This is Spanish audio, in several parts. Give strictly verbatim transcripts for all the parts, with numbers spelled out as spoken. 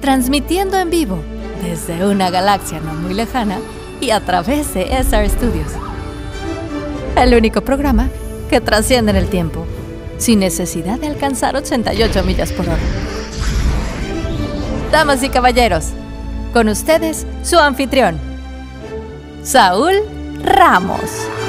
transmitiendo en vivo desde una galaxia no muy lejana y a través de S R Studios. El único programa que trasciende en el tiempo, sin necesidad de alcanzar ochenta y ocho millas por hora. Damas y caballeros, con ustedes su anfitrión, Saúl Ramos.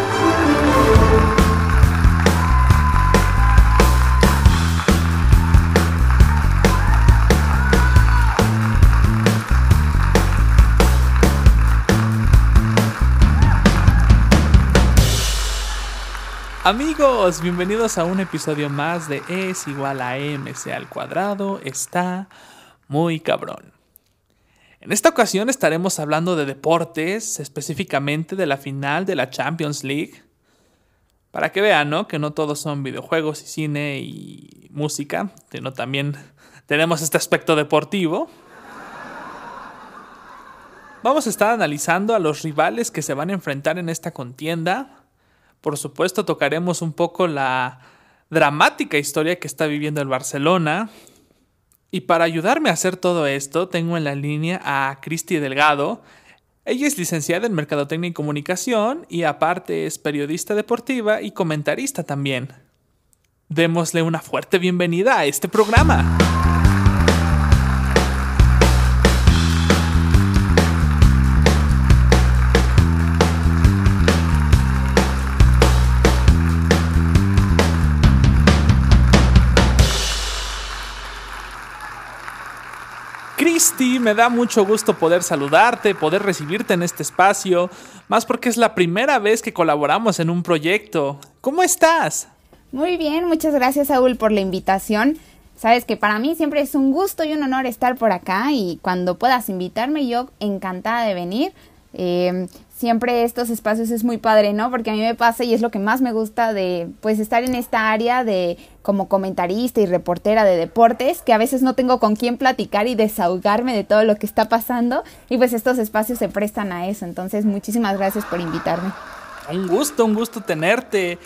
Amigos, bienvenidos a un episodio más de E es igual a M C al cuadrado. Está muy cabrón. En esta ocasión estaremos hablando de deportes, específicamente de la final de la Champions League. Para que vean, ¿no? Que no todos son videojuegos y cine y música, sino también tenemos este aspecto deportivo. Vamos a estar analizando a los rivales que se van a enfrentar en esta contienda. Por supuesto, tocaremos un poco la dramática historia que está viviendo el Barcelona. Y para ayudarme a hacer todo esto, tengo en la línea a Cristi Delgado. Ella es licenciada en Mercadotecnia y Comunicación y aparte es periodista deportiva y comentarista también. Démosle una fuerte bienvenida a este programa. Cristi, me da mucho gusto poder saludarte, poder recibirte en este espacio, más porque es la primera vez que colaboramos en un proyecto. ¿Cómo estás? Muy bien, muchas gracias, Saúl, por la invitación. Sabes que para mí siempre es un gusto y un honor estar por acá y cuando puedas invitarme, yo encantada de venir. Eh, siempre estos espacios es muy padre, ¿no? Porque a mí me pasa y es lo que más me gusta de pues estar en esta área de como comentarista y reportera de deportes, que a veces no tengo con quién platicar y desahogarme de todo lo que está pasando y pues estos espacios se prestan a eso. Entonces, muchísimas gracias por invitarme. Un gusto, un gusto tenerte.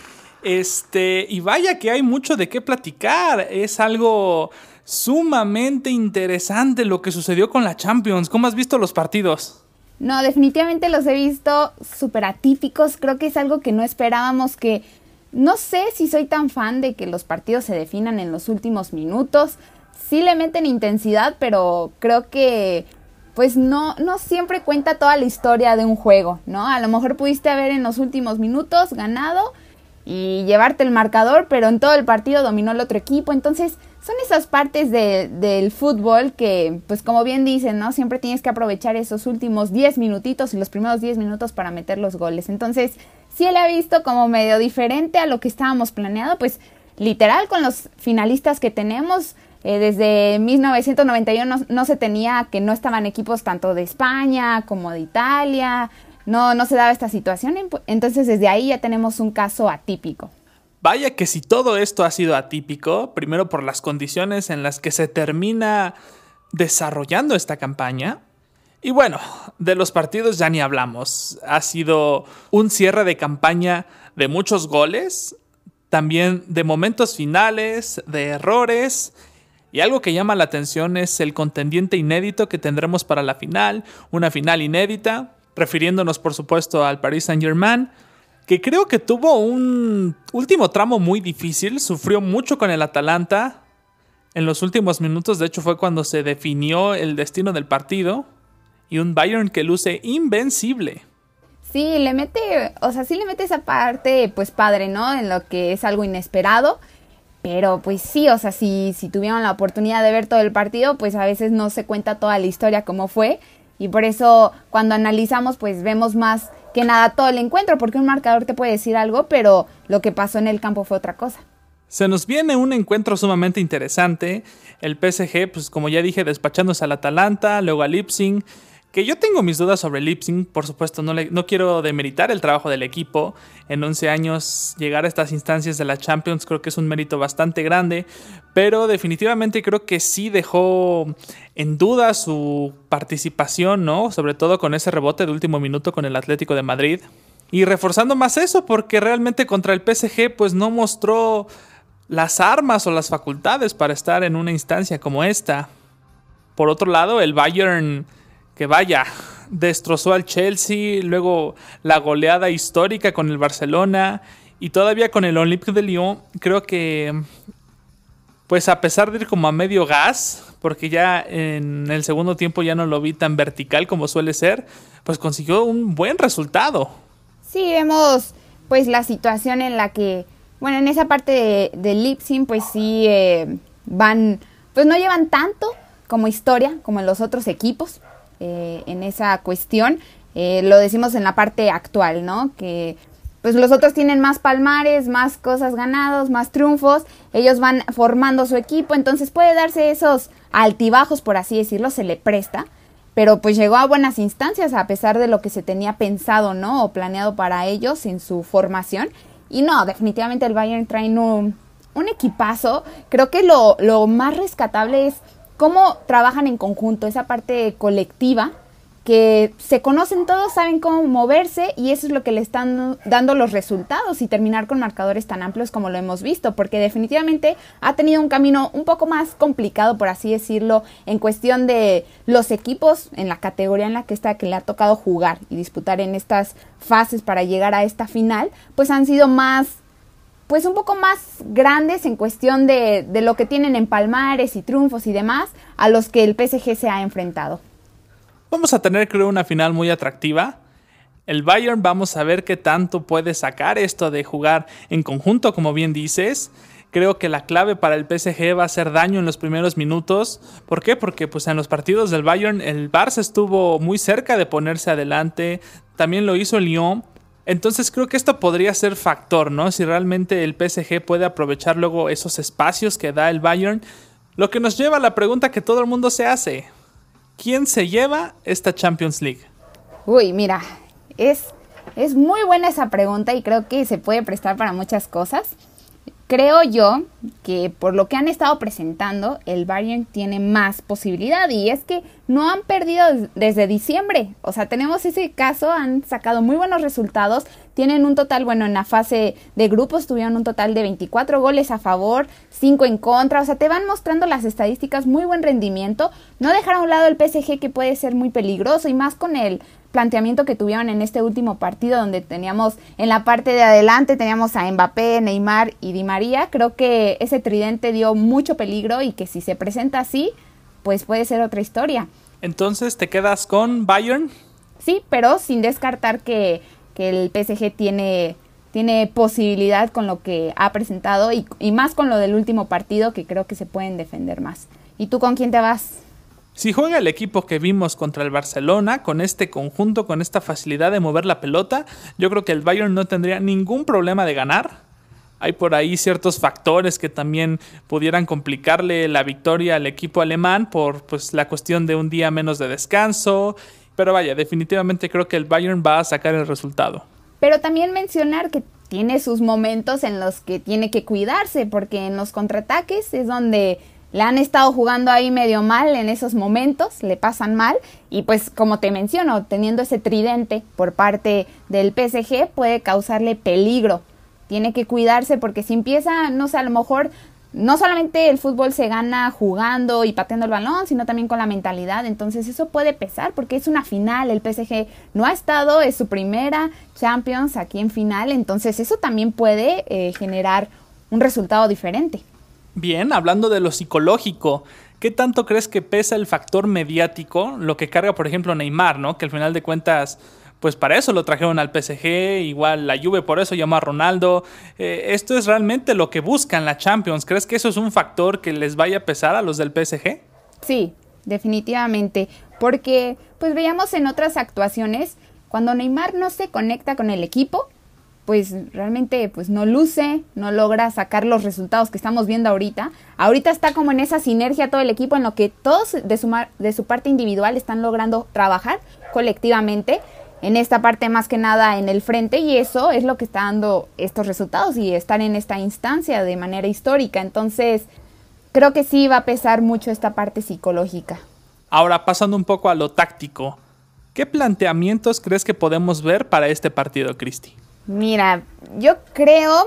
Este, y vaya que hay mucho de qué platicar. Es algo sumamente interesante lo que sucedió con la Champions. ¿Cómo has visto los partidos? No, definitivamente los he visto súper atípicos. Creo que es algo que no esperábamos, que no sé si soy tan fan de que los partidos se definan en los últimos minutos. Sí le meten intensidad, pero creo que pues no, no siempre cuenta toda la historia de un juego, ¿no? A lo mejor pudiste haber en los últimos minutos ganado y llevarte el marcador, pero en todo el partido dominó el otro equipo. Entonces son esas partes de, del fútbol que, pues como bien dicen, ¿no? Siempre tienes que aprovechar esos últimos diez minutitos y los primeros diez minutos para meter los goles. Entonces, sí la he visto como medio diferente a lo que estábamos planeado, pues literal con los finalistas que tenemos. Eh, desde mil novecientos noventa y uno no, no se tenía que no estaban equipos tanto de España como de Italia. No, no se daba esta situación. Entonces, desde ahí ya tenemos un caso atípico. Vaya que si todo esto ha sido atípico, primero por las condiciones en las que se termina desarrollando esta campaña. Y bueno, de los partidos ya ni hablamos. Ha sido un cierre de campaña de muchos goles, también de momentos finales, de errores. Y algo que llama la atención es el contendiente inédito que tendremos para la final, una final inédita, refiriéndonos por supuesto al Paris Saint-Germain, que creo que tuvo un último tramo muy difícil, sufrió mucho con el Atalanta. En los últimos minutos, de hecho, fue cuando se definió el destino del partido. Y un Bayern que luce invencible. Sí, le mete, o sea, sí le mete esa parte, pues padre, ¿no? En lo que es algo inesperado. Pero pues sí, o sea, si, si tuvieron la oportunidad de ver todo el partido, pues a veces no se cuenta toda la historia como fue. Y por eso cuando analizamos, pues vemos más que nada todo el encuentro, porque un marcador te puede decir algo, pero lo que pasó en el campo fue otra cosa. Se nos viene un encuentro sumamente interesante. El P S G, pues como ya dije, despachándose al Atalanta, luego al Leipzig. Que yo tengo mis dudas sobre Leipzig, por supuesto, no, le, no quiero demeritar el trabajo del equipo. En once años llegar a estas instancias de la Champions creo que es un mérito bastante grande, pero definitivamente creo que sí dejó en duda su participación, ¿no? Sobre todo con ese rebote de último minuto con el Atlético de Madrid. Y reforzando más eso, porque realmente contra el P S G pues no mostró las armas o las facultades para estar en una instancia como esta. Por otro lado, el Bayern, que vaya, destrozó al Chelsea, luego la goleada histórica con el Barcelona y todavía con el Olympique de Lyon. Creo que, pues a pesar de ir como a medio gas, porque ya en el segundo tiempo ya no lo vi tan vertical como suele ser, pues consiguió un buen resultado. Sí, vemos pues la situación en la que, bueno, en esa parte de, de Leipzig, pues sí eh, van, pues no llevan tanto como historia, como en los otros equipos, eh, en esa cuestión. Eh, lo decimos en la parte actual, ¿no? Que pues los otros tienen más palmares, más cosas ganados, más triunfos, ellos van formando su equipo, entonces puede darse esos altibajos, por así decirlo, se le presta, pero pues llegó a buenas instancias a pesar de lo que se tenía pensado, ¿no? O planeado para ellos en su formación. Y no, definitivamente el Bayern trae un, un equipazo. Creo que lo, lo más rescatable es cómo trabajan en conjunto, esa parte colectiva, que se conocen todos, saben cómo moverse y eso es lo que le están dando los resultados y terminar con marcadores tan amplios como lo hemos visto, porque definitivamente ha tenido un camino un poco más complicado, por así decirlo, en cuestión de los equipos en la categoría en la que está, que le ha tocado jugar y disputar en estas fases para llegar a esta final, pues han sido más, pues un poco más grandes en cuestión de, de lo que tienen en palmares y triunfos y demás a los que el P S G se ha enfrentado. Vamos a tener, creo, una final muy atractiva. El Bayern, vamos a ver qué tanto puede sacar esto de jugar en conjunto, como bien dices. Creo que la clave para el P S G va a ser daño en los primeros minutos. ¿Por qué? Porque pues, en los partidos del Bayern el Barça estuvo muy cerca de ponerse adelante. También lo hizo el Lyon. Entonces creo que esto podría ser factor, ¿no? Si realmente el P S G puede aprovechar luego esos espacios que da el Bayern. Lo que nos lleva a la pregunta que todo el mundo se hace. ¿Quién se lleva esta Champions League? Uy, mira, es, es muy buena esa pregunta y creo que se puede prestar para muchas cosas. Creo yo que por lo que han estado presentando, el Bayern tiene más posibilidad y es que no han perdido desde diciembre. O sea, tenemos ese caso, han sacado muy buenos resultados, tienen un total, bueno, en la fase de grupos tuvieron un total de veinticuatro goles a favor, cinco en contra. O sea, te van mostrando las estadísticas, muy buen rendimiento. No dejar a un lado el P S G, que puede ser muy peligroso y más con el planteamiento que tuvieron en este último partido donde teníamos en la parte de adelante teníamos a Mbappé, Neymar y Di María. Creo que ese tridente dio mucho peligro y que si se presenta así, pues puede ser otra historia. Entonces, ¿te quedas con Bayern? Sí, pero sin descartar que, que el P S G tiene, tiene posibilidad con lo que ha presentado y, y más con lo del último partido, que creo que se pueden defender más. ¿Y tú con quién te vas? Si juega el equipo que vimos contra el Barcelona, con este conjunto, con esta facilidad de mover la pelota, yo creo que el Bayern no tendría ningún problema de ganar. Hay por ahí ciertos factores que también pudieran complicarle la victoria al equipo alemán por pues, la cuestión de un día menos de descanso. Pero vaya, definitivamente creo que el Bayern va a sacar el resultado. Pero también mencionar que tiene sus momentos en los que tiene que cuidarse, porque en los contraataques es donde le han estado jugando ahí medio mal en esos momentos, le pasan mal y pues como te menciono, teniendo ese tridente por parte del P S G puede causarle peligro. Tiene que cuidarse porque si empieza, no sé, a lo mejor no solamente el fútbol se gana jugando y pateando el balón, sino también con la mentalidad. Entonces eso puede pesar porque es una final, el P S G no ha estado, es su primera Champions aquí en final, entonces eso también puede eh, generar un resultado diferente. Bien, hablando de lo psicológico, ¿qué tanto crees que pesa el factor mediático, lo que carga, por ejemplo, Neymar, ¿no? Que al final de cuentas, pues para eso lo trajeron al P S G, igual la Juve por eso llamó a Ronaldo. Eh, esto es realmente lo que buscan la Champions. ¿Crees que eso es un factor que les vaya a pesar a los del P S G? Sí, definitivamente, porque pues veíamos en otras actuaciones, cuando Neymar no se conecta con el equipo, pues realmente pues no luce, no logra sacar los resultados que estamos viendo ahorita. Ahorita está como en esa sinergia todo el equipo en lo que todos de su, mar, de su parte individual están logrando trabajar colectivamente en esta parte más que nada en el frente y eso es lo que está dando estos resultados y estar en esta instancia de manera histórica. Entonces creo que sí va a pesar mucho esta parte psicológica. Ahora pasando un poco a lo táctico, ¿qué planteamientos crees que podemos ver para este partido, Cristi? Mira, yo creo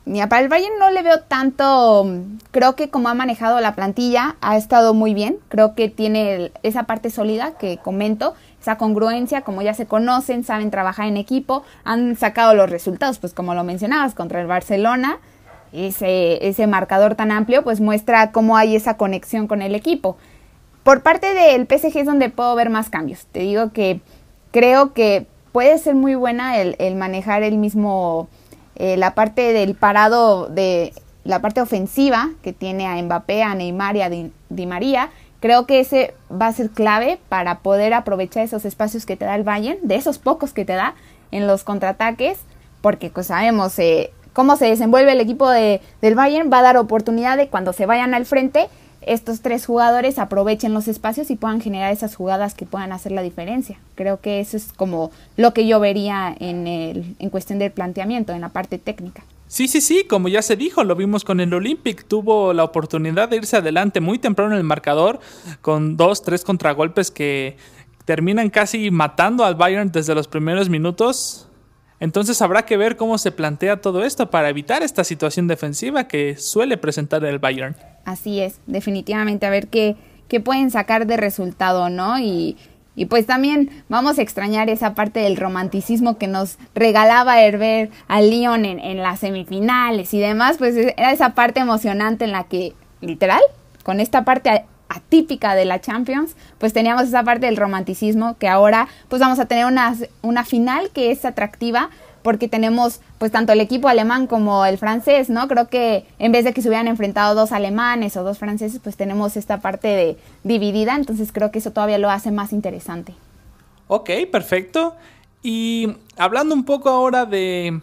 mira, para el Bayern no le veo tanto, creo que como ha manejado la plantilla ha estado muy bien, creo que tiene el, esa parte sólida que comento, esa congruencia, como ya se conocen, saben trabajar en equipo, han sacado los resultados, pues como lo mencionabas, contra el Barcelona, ese, ese marcador tan amplio, pues muestra cómo hay esa conexión con el equipo. Por parte del P S G es donde puedo ver más cambios, te digo que creo que puede ser muy buena el, el manejar el mismo... Eh, la parte del parado de la parte ofensiva que tiene a Mbappé, a Neymar y a Di, Di María, creo que ese va a ser clave para poder aprovechar esos espacios que te da el Bayern, de esos pocos que te da en los contraataques, porque pues sabemos eh, cómo se desenvuelve el equipo de, del Bayern, va a dar oportunidad de cuando se vayan al frente, estos tres jugadores aprovechen los espacios y puedan generar esas jugadas que puedan hacer la diferencia. Creo que eso es como lo que yo vería en, el, en cuestión del planteamiento, en la parte técnica. Sí, sí, sí, como ya se dijo, lo vimos con el Olympic, tuvo la oportunidad de irse adelante muy temprano en el marcador, con dos, tres contragolpes que terminan casi matando al Bayern desde los primeros minutos. Entonces habrá que ver cómo se plantea todo esto para evitar esta situación defensiva que suele presentar el Bayern. Así es, definitivamente, a ver qué, qué pueden sacar de resultado, ¿no? Y, y pues también vamos a extrañar esa parte del romanticismo que nos regalaba el ver al Lyon en, en las semifinales y demás, pues era esa parte emocionante en la que, literal, con esta parte atípica de la Champions, pues teníamos esa parte del romanticismo que ahora pues vamos a tener una, una final que es atractiva porque tenemos pues tanto el equipo alemán como el francés, ¿no? Creo que en vez de que se hubieran enfrentado dos alemanes o dos franceses, pues tenemos esta parte de dividida, entonces creo que eso todavía lo hace más interesante. Ok, perfecto. Y hablando un poco ahora de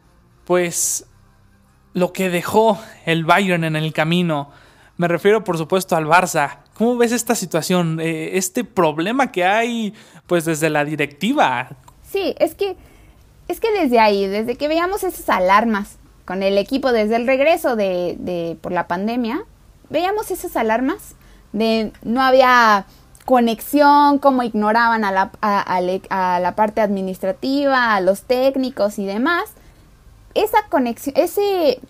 pues lo que dejó el Bayern en el camino, me refiero por supuesto al Barça. ¿Cómo ves esta situación? Eh, este problema que hay pues desde la directiva. Sí, es que Es que desde ahí, desde que veíamos esas alarmas con el equipo, desde el regreso de, de por la pandemia, veíamos esas alarmas de no había conexión, cómo ignoraban a la, a, a, a la parte administrativa, a los técnicos y demás. Esa conexión, ese,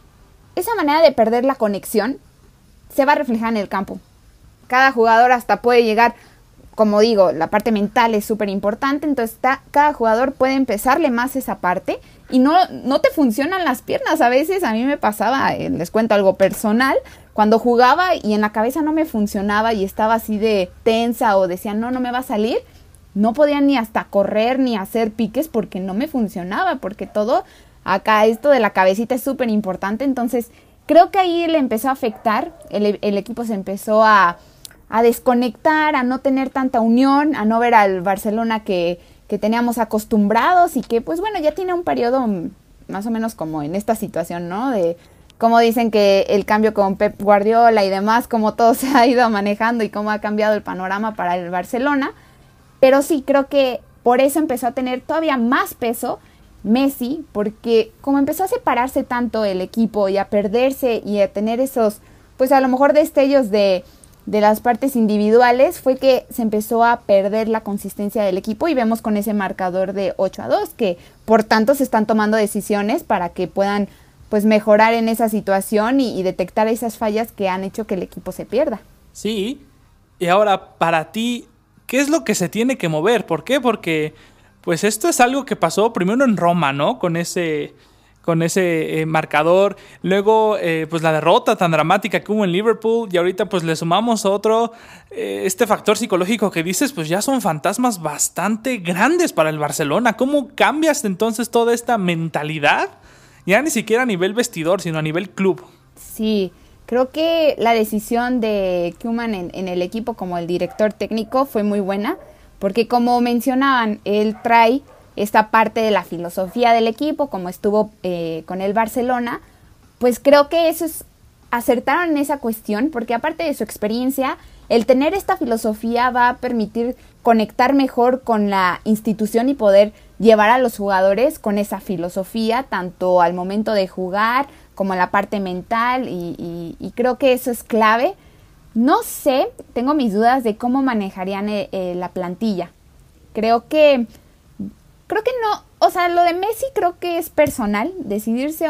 esa manera de perder la conexión se va a reflejar en el campo. Cada jugador hasta puede llegar... Como digo, la parte mental es súper importante, entonces está, cada jugador puede empezarle más esa parte y no, no te funcionan las piernas. A veces a mí me pasaba, eh, les cuento algo personal, cuando jugaba y en la cabeza no me funcionaba y estaba así de tensa o decía no, no me va a salir, no podía ni hasta correr ni hacer piques porque no me funcionaba, porque todo acá, esto de la cabecita es súper importante. Entonces creo que ahí le empezó a afectar, el, el equipo se empezó a... a desconectar, a no tener tanta unión, a no ver al Barcelona que, que teníamos acostumbrados y que, pues bueno, ya tiene un periodo más o menos como en esta situación, ¿no? De cómo dicen que el cambio con Pep Guardiola y demás, cómo todo se ha ido manejando y cómo ha cambiado el panorama para el Barcelona. Pero sí, creo que por eso empezó a tener todavía más peso Messi, porque como empezó a separarse tanto el equipo y a perderse y a tener esos, pues a lo mejor destellos de... de las partes individuales, fue que se empezó a perder la consistencia del equipo y vemos con ese marcador de ocho a dos que por tanto se están tomando decisiones para que puedan pues mejorar en esa situación y, y detectar esas fallas que han hecho que el equipo se pierda. Sí, y ahora para ti, ¿qué es lo que se tiene que mover? ¿Por qué? Porque pues esto es algo que pasó primero en Roma, ¿no? Con ese... con ese eh, marcador, luego eh, pues la derrota tan dramática que hubo en Liverpool y ahorita pues le sumamos otro, eh, este factor psicológico que dices, pues ya son fantasmas bastante grandes para el Barcelona. ¿Cómo cambias entonces toda esta mentalidad? Ya ni siquiera a nivel vestidor, sino a nivel club. Sí, creo que la decisión de Koeman en, en el equipo como el director técnico fue muy buena, porque como mencionaban, él trae esta parte de la filosofía del equipo, como estuvo eh, con el Barcelona, pues creo que eso es, acertaron en esa cuestión, porque aparte de su experiencia, el tener esta filosofía va a permitir conectar mejor con la institución y poder llevar a los jugadores con esa filosofía, tanto al momento de jugar como en la parte mental, y, y, y creo que eso es clave. No sé, tengo mis dudas de cómo manejarían eh, eh, la plantilla. Creo que Creo que no, o sea, lo de Messi creo que es personal, decidirse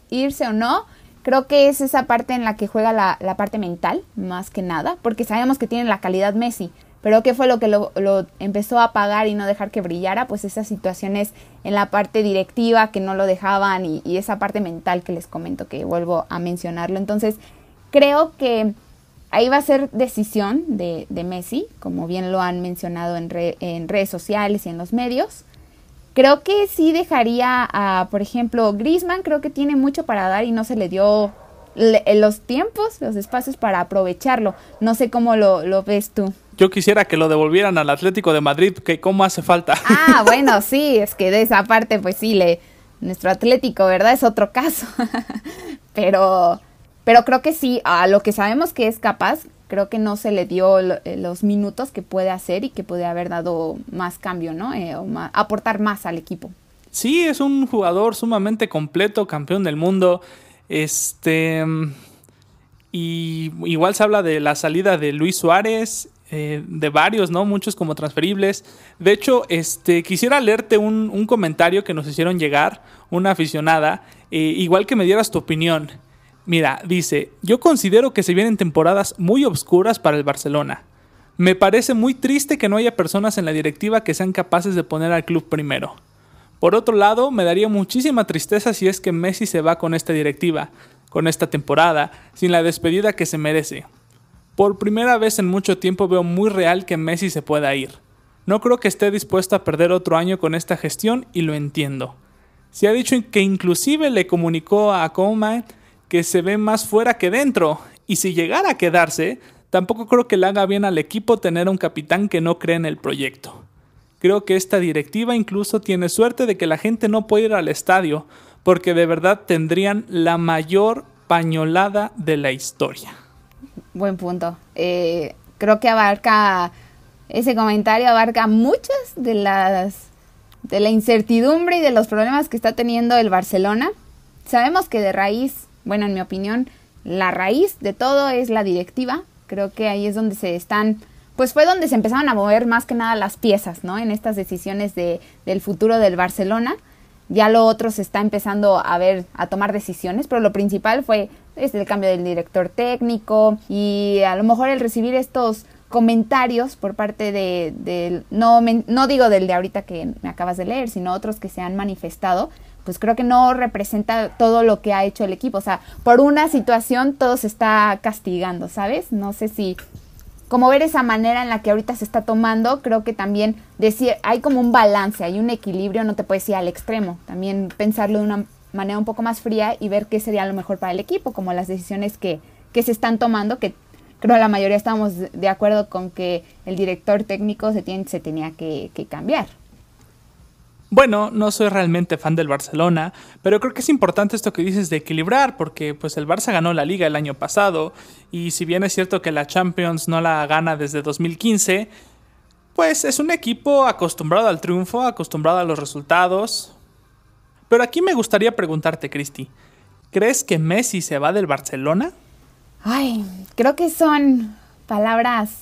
irse o no, creo que es esa parte en la que juega la, la parte mental, más que nada, porque sabemos que tiene la calidad Messi, pero ¿qué fue lo que lo, lo empezó a apagar y no dejar que brillara? Pues esas situaciones en la parte directiva que no lo dejaban y, y esa parte mental que les comento, que vuelvo a mencionarlo. Entonces, creo que ahí va a ser decisión de, de Messi, como bien lo han mencionado en, re, en redes sociales y en los medios. Creo que sí dejaría a, por ejemplo, Griezmann, creo que tiene mucho para dar y no se le dio le, los tiempos, los espacios para aprovecharlo. No sé cómo lo, lo ves tú. Yo quisiera que lo devolvieran al Atlético de Madrid, que cómo hace falta. Ah, bueno, sí, es que de esa parte, pues sí, le, nuestro Atlético, ¿verdad? Es otro caso. pero, pero creo que sí, a lo que sabemos que es capaz, creo que no se le dio lo, los minutos que puede hacer y que puede haber dado más cambio, ¿no? Eh, o más, aportar más al equipo. Sí, es un jugador sumamente completo, campeón del mundo. Este, y igual se habla de la salida de Luis Suárez. Eh, de varios, ¿no? Muchos como transferibles. De hecho, este, quisiera leerte un, un comentario que nos hicieron llegar, una aficionada, eh, igual que me dieras tu opinión. Mira, dice, yo considero que se vienen temporadas muy oscuras para el Barcelona. Me parece muy triste que no haya personas en la directiva que sean capaces de poner al club primero. Por otro lado, me daría muchísima tristeza si es que Messi se va con esta directiva, con esta temporada, sin la despedida que se merece. Por primera vez en mucho tiempo veo muy real que Messi se pueda ir. No creo que esté dispuesto a perder otro año con esta gestión y lo entiendo. Se ha dicho que inclusive le comunicó a Koeman que se ve más fuera que dentro, y si llegara a quedarse, tampoco creo que le haga bien al equipo tener a un capitán que no cree en el proyecto. Creo que esta directiva incluso tiene suerte de que la gente no puede ir al estadio, porque de verdad tendrían la mayor pañolada de la historia. Buen punto. Eh, creo que abarca, ese comentario abarca muchas de las de la incertidumbre y de los problemas que está teniendo el Barcelona. Sabemos que de raíz, bueno, en mi opinión, la raíz de todo es la directiva. Creo que ahí es donde se están, pues fue donde se empezaron a mover más que nada las piezas, ¿no? En estas decisiones de, del futuro del Barcelona. Ya lo otro se está empezando a ver, a tomar decisiones, pero lo principal fue este, el cambio del director técnico y a lo mejor el recibir estos comentarios por parte de, de no, no digo del de ahorita que me acabas de leer, sino otros que se han manifestado, pues creo que no representa todo lo que ha hecho el equipo. O sea, por una situación todo se está castigando, ¿sabes? No sé si... como ver esa manera en la que ahorita se está tomando, creo que también decir, hay como un balance, hay un equilibrio, no te puedes ir al extremo. También pensarlo de una manera un poco más fría y ver qué sería lo mejor para el equipo, como las decisiones que, que se están tomando, que creo la mayoría estamos de acuerdo con que el director técnico se, tiene, se tenía que, que cambiar. Bueno, no soy realmente fan del Barcelona, pero creo que es importante esto que dices de equilibrar, porque pues el Barça ganó la Liga el año pasado, y si bien es cierto que la Champions no la gana desde dos mil quince, pues es un equipo acostumbrado al triunfo, acostumbrado a los resultados. Pero aquí me gustaría preguntarte, Cristi, ¿crees que Messi se va del Barcelona? Ay, creo que son palabras...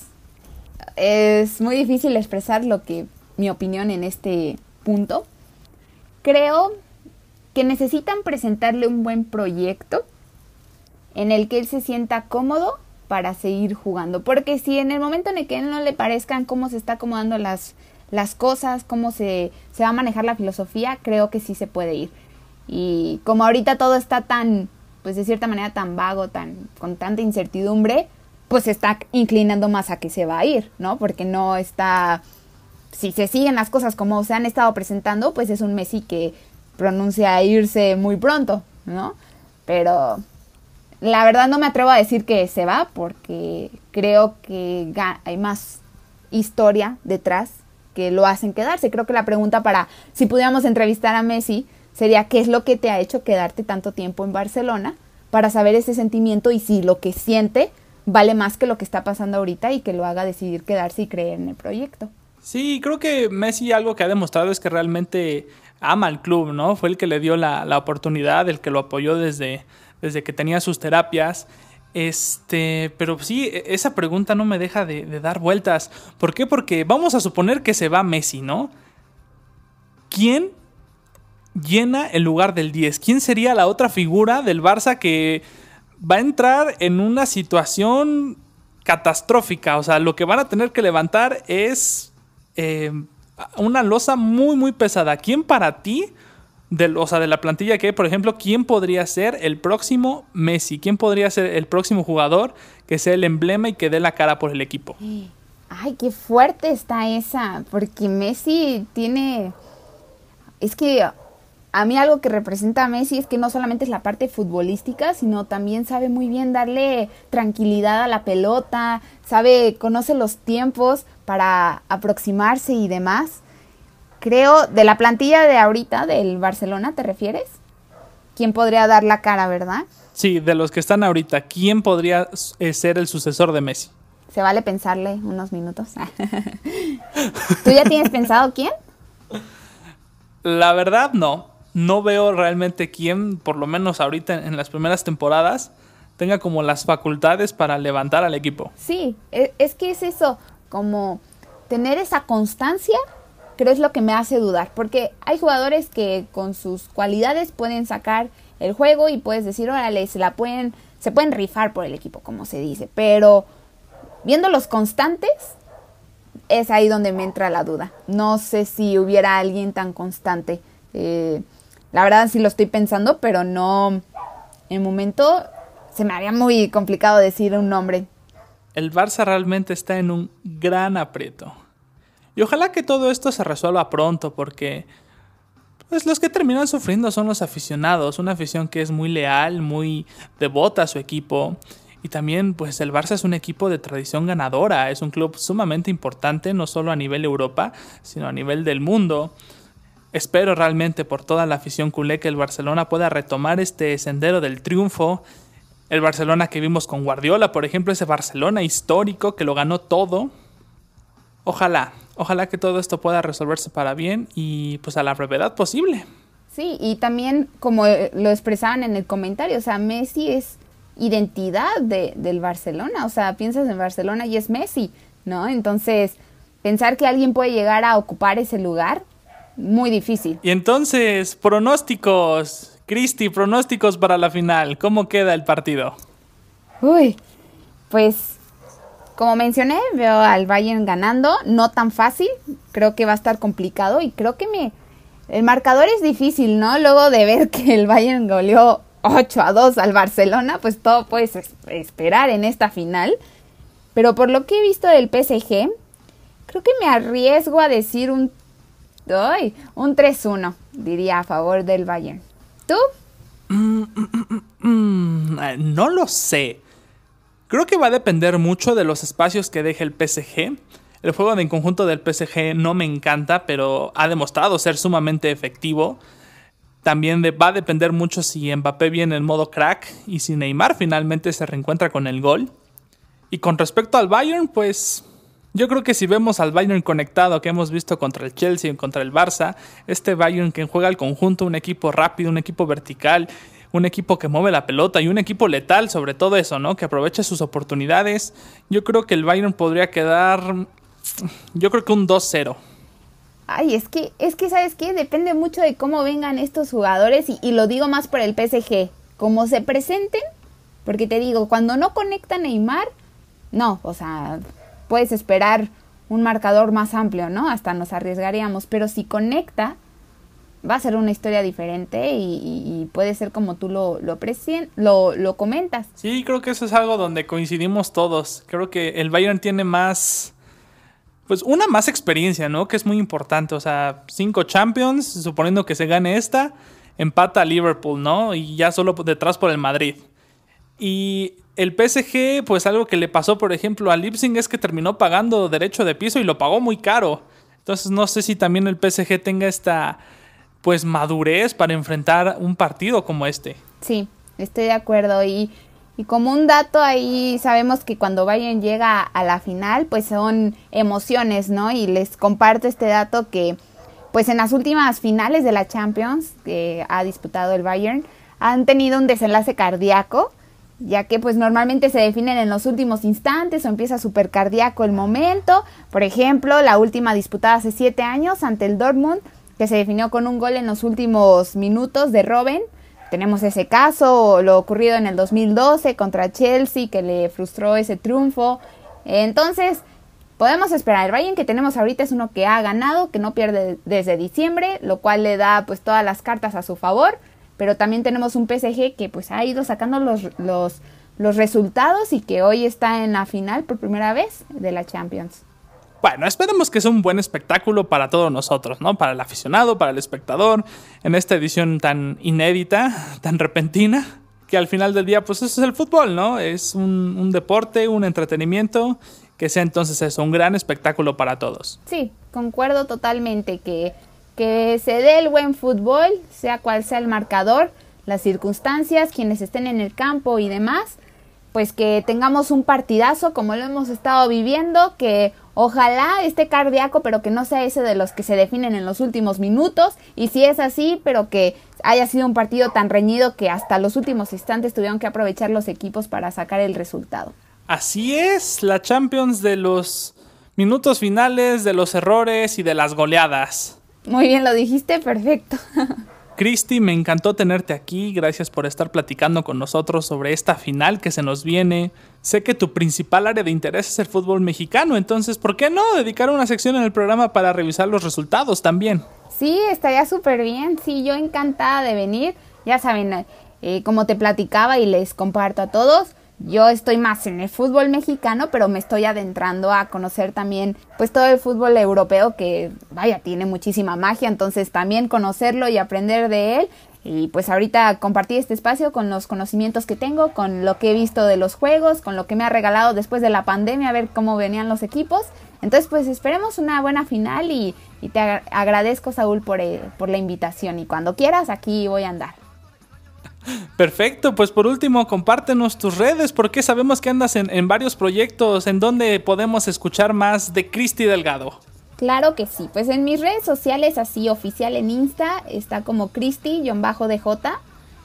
Es muy difícil expresar lo que mi opinión en este punto. Creo que necesitan presentarle un buen proyecto en el que él se sienta cómodo para seguir jugando, porque si en el momento en el que a él no le parezcan cómo se está acomodando las, las cosas, cómo se, se va a manejar la filosofía, creo que sí se puede ir. Y como ahorita todo está tan, pues de cierta manera tan vago, tan con tanta incertidumbre, pues se está inclinando más a que se va a ir, ¿no? Porque no está... Si se siguen las cosas como se han estado presentando, pues es un Messi que pronuncia irse muy pronto, ¿no? Pero la verdad no me atrevo a decir que se va, porque creo que hay más historia detrás que lo hacen quedarse. Creo que la pregunta para si pudiéramos entrevistar a Messi sería ¿qué es lo que te ha hecho quedarte tanto tiempo en Barcelona? Para saber ese sentimiento y si lo que siente vale más que lo que está pasando ahorita y que lo haga decidir quedarse y creer en el proyecto. Sí, creo que Messi algo que ha demostrado es que realmente ama al club, ¿no? Fue el que le dio la, la oportunidad, el que lo apoyó desde, desde que tenía sus terapias. Este, pero sí, esa pregunta no me deja de, de dar vueltas. ¿Por qué? Porque vamos a suponer que se va Messi, ¿no? ¿Quién llena el lugar del diez. ¿Quién sería la otra figura del Barça que va a entrar en una situación catastrófica? O sea, lo que van a tener que levantar es eh, una losa muy, muy pesada. ¿Quién para ti, de, o sea, de la plantilla que hay, por ejemplo, quién podría ser el próximo Messi? ¿Quién podría ser el próximo jugador que sea el emblema y que dé la cara por el equipo? Ay, qué fuerte está esa, porque Messi tiene... Es que a mí algo que representa a Messi es que no solamente es la parte futbolística, sino también sabe muy bien darle tranquilidad a la pelota, sabe, conoce los tiempos para aproximarse y demás. Creo, de la plantilla de ahorita, del Barcelona, ¿te refieres? ¿Quién podría dar la cara, verdad? Sí, de los que están ahorita, ¿quién podría eh, ser el sucesor de Messi? Se vale pensarle unos minutos. ¿Tú ya tienes pensado quién? La verdad, no. No veo realmente quién, por lo menos ahorita en las primeras temporadas, tenga como las facultades para levantar al equipo. Sí, es que es eso, como tener esa constancia, creo es lo que me hace dudar, porque hay jugadores que con sus cualidades pueden sacar el juego y puedes decir, órale, se la pueden, se pueden rifar por el equipo, como se dice, pero viéndolos constantes, es ahí donde me entra la duda. No sé si hubiera alguien tan constante. Eh, la verdad sí lo estoy pensando, pero no, en el momento se me haría muy complicado decir un nombre. El Barça realmente está en un gran aprieto. Y ojalá que todo esto se resuelva pronto, porque pues los que terminan sufriendo son los aficionados. Una afición que es muy leal, muy devota a su equipo. Y también pues el Barça es un equipo de tradición ganadora. Es un club sumamente importante, no solo a nivel Europa, sino a nivel del mundo. Espero realmente por toda la afición culé que el Barcelona pueda retomar este sendero del triunfo. El Barcelona que vimos con Guardiola, por ejemplo, ese Barcelona histórico que lo ganó todo. Ojalá, ojalá que todo esto pueda resolverse para bien y pues a la brevedad posible. Sí, y también como lo expresaban en el comentario, o sea, Messi es identidad de, del Barcelona, o sea, piensas en Barcelona y es Messi, ¿no? Entonces, pensar que alguien puede llegar a ocupar ese lugar, muy difícil. Y entonces, pronósticos, Cristi, pronósticos para la final, ¿cómo queda el partido? Uy, pues, como mencioné, veo al Bayern ganando, no tan fácil, creo que va a estar complicado y creo que me... El marcador es difícil, ¿no? Luego de ver que el Bayern goleó ocho a dos al Barcelona, pues todo puedes esperar en esta final. Pero por lo que he visto del P S G, creo que me arriesgo a decir un, ay, un tres uno, diría, a favor del Bayern. ¿Tú? Mm, mm, mm, mm, no lo sé. Creo que va a depender mucho de los espacios que deje el P S G. El juego en conjunto del P S G no me encanta, pero ha demostrado ser sumamente efectivo. También de, va a depender mucho si Mbappé viene en modo crack y si Neymar finalmente se reencuentra con el gol. Y con respecto al Bayern, pues yo creo que si vemos al Bayern conectado que hemos visto contra el Chelsea y contra el Barça, este Bayern que juega al conjunto, un equipo rápido, un equipo vertical, un equipo que mueve la pelota y un equipo letal, sobre todo eso, ¿no? Que aproveche sus oportunidades. Yo creo que el Bayern podría quedar, yo creo que un dos cero. Ay, es que, es que, ¿sabes qué? Depende mucho de cómo vengan estos jugadores y, y lo digo más por el P S G. Cómo se presenten, porque te digo, cuando no conecta Neymar, no, o sea, puedes esperar un marcador más amplio, ¿no? Hasta nos arriesgaríamos, pero si conecta, va a ser una historia diferente y, y, y puede ser como tú lo, lo, presien, lo, lo comentas. Sí, creo que eso es algo donde coincidimos todos. Creo que el Bayern tiene más... Pues una más experiencia, ¿no? Que es muy importante. O sea, cinco Champions, suponiendo que se gane esta, empata a Liverpool, ¿no? Y ya solo detrás por el Madrid. Y el P S G, pues algo que le pasó, por ejemplo, a Leipzig es que terminó pagando derecho de piso y lo pagó muy caro. Entonces no sé si también el P S G tenga esta, pues, madurez para enfrentar un partido como este. Sí, estoy de acuerdo. Y... Y como un dato ahí sabemos que cuando Bayern llega a la final pues son emociones, ¿no? Y les comparto este dato que pues en las últimas finales de la Champions que ha disputado el Bayern han tenido un desenlace cardíaco, ya que pues normalmente se definen en los últimos instantes o empieza súper cardíaco el momento. Por ejemplo, la última disputada hace siete años ante el Dortmund que se definió con un gol en los últimos minutos de Robben. Tenemos ese caso, lo ocurrido en el dos mil doce contra Chelsea, que le frustró ese triunfo. Entonces, podemos esperar. El Bayern que tenemos ahorita es uno que ha ganado, que no pierde desde diciembre, lo cual le da pues todas las cartas a su favor. Pero también tenemos un P S G que pues ha ido sacando los, los, los resultados y que hoy está en la final por primera vez de la Champions. Bueno, esperemos que sea un buen espectáculo para todos nosotros, ¿no? Para el aficionado, para el espectador, en esta edición tan inédita, tan repentina, que al final del día, pues eso es el fútbol, ¿no? Es un, un deporte, un entretenimiento, que sea entonces eso, un gran espectáculo para todos. Sí, concuerdo totalmente que, que se dé el buen fútbol, sea cual sea el marcador, las circunstancias, quienes estén en el campo y demás, pues que tengamos un partidazo como lo hemos estado viviendo, que ojalá esté cardíaco, pero que no sea ese de los que se definen en los últimos minutos, y si es así, pero que haya sido un partido tan reñido que hasta los últimos instantes tuvieron que aprovechar los equipos para sacar el resultado. Así es, la Champions de los minutos finales, de los errores y de las goleadas. Muy bien, lo dijiste, perfecto. Cristi, me encantó tenerte aquí, gracias por estar platicando con nosotros sobre esta final que se nos viene. Sé que tu principal área de interés es el fútbol mexicano, entonces, ¿por qué no dedicar una sección en el programa para revisar los resultados también? Sí, estaría súper bien, sí, yo encantada de venir. Ya saben, eh, como te platicaba y les comparto a todos, yo estoy más en el fútbol mexicano, pero me estoy adentrando a conocer también pues todo el fútbol europeo que, vaya, tiene muchísima magia, entonces también conocerlo y aprender de él. Y pues ahorita compartir este espacio con los conocimientos que tengo, con lo que he visto de los juegos, con lo que me ha regalado después de la pandemia, a ver cómo venían los equipos. Entonces pues esperemos una buena final y, y te ag- agradezco, Saúl, por, eh, por la invitación. Y cuando quieras, aquí voy a andar. Perfecto, pues por último compártenos tus redes porque sabemos que andas en, en varios proyectos. ¿En donde podemos escuchar más de Cristi Delgado? Claro que sí, pues en mis redes sociales, así oficial en Insta, está como Cristi-D J,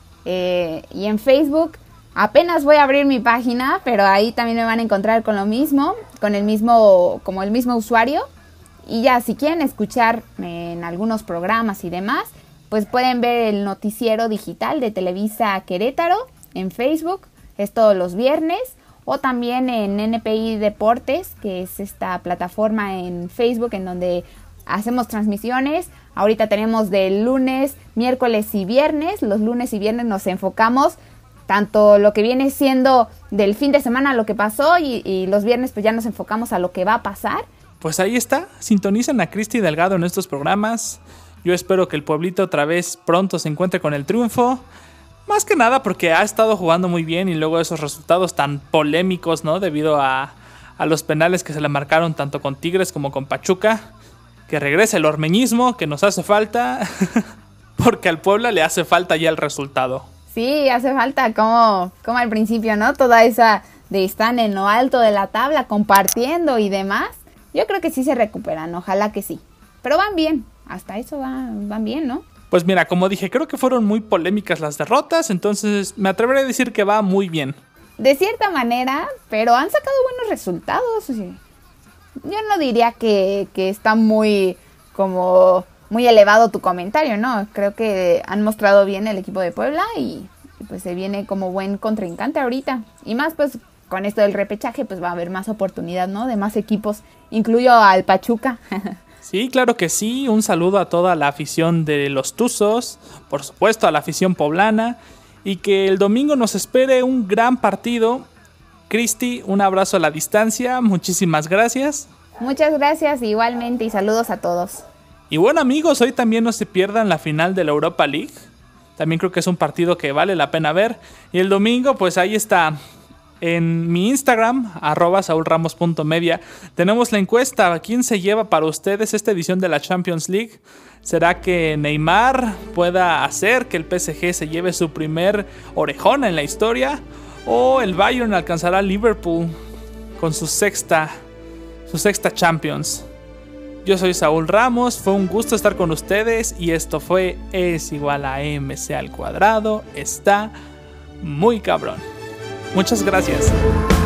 eh, y en Facebook apenas voy a abrir mi página, pero ahí también me van a encontrar con lo mismo, con el mismo, como el mismo usuario. Y ya, si quieren escuchar en algunos programas y demás, pues pueden ver el noticiero digital de Televisa Querétaro en Facebook, es todos los viernes, o también en N P I Deportes, que es esta plataforma en Facebook en donde hacemos transmisiones. Ahorita tenemos de lunes, miércoles y viernes. Los lunes y viernes nos enfocamos tanto lo que viene siendo del fin de semana, lo que pasó, y, y los viernes pues ya nos enfocamos a lo que va a pasar. Pues ahí está, sintonicen a Cristi Delgado en estos programas. Yo espero que el pueblito otra vez pronto se encuentre con el triunfo. Más que nada porque ha estado jugando muy bien y luego esos resultados tan polémicos, ¿no? Debido a, a los penales que se le marcaron tanto con Tigres como con Pachuca. Que regrese el ormeñismo, que nos hace falta. Porque al Puebla le hace falta ya el resultado. Sí, hace falta como, como al principio, ¿no? Toda esa de estar en lo alto de la tabla compartiendo y demás. Yo creo que sí se recuperan, ojalá que sí. Pero van bien, hasta eso va, van bien, ¿no? Pues mira, como dije, creo que fueron muy polémicas las derrotas, entonces me atreveré a decir que va muy bien. De cierta manera, pero han sacado buenos resultados. Yo no diría que, que está muy, como, muy elevado tu comentario, ¿no? Creo que han mostrado bien el equipo de Puebla y, y pues se viene como buen contrincante ahorita. Y más pues con esto del repechaje pues va a haber más oportunidad, ¿no? De más equipos, incluyo al Pachuca. Sí, claro que sí. Un saludo a toda la afición de los Tuzos, por supuesto a la afición poblana, y que el domingo nos espere un gran partido. Cristi, un abrazo a la distancia, muchísimas gracias. Muchas gracias igualmente y saludos a todos. Y bueno amigos, hoy también no se pierdan la final de la Europa League. También creo que es un partido que vale la pena ver. Y el domingo pues ahí está. En mi Instagram, arroba saulramos punto media, tenemos la encuesta. ¿Quién se lleva para ustedes esta edición de la Champions League? ¿Será que Neymar pueda hacer que el P S G se lleve su primer orejón en la historia? ¿O el Bayern alcanzará a Liverpool con su sexta, su sexta Champions? Yo soy Saúl Ramos, fue un gusto estar con ustedes y esto fue Es igual a M C al cuadrado, está muy cabrón. Muchas gracias.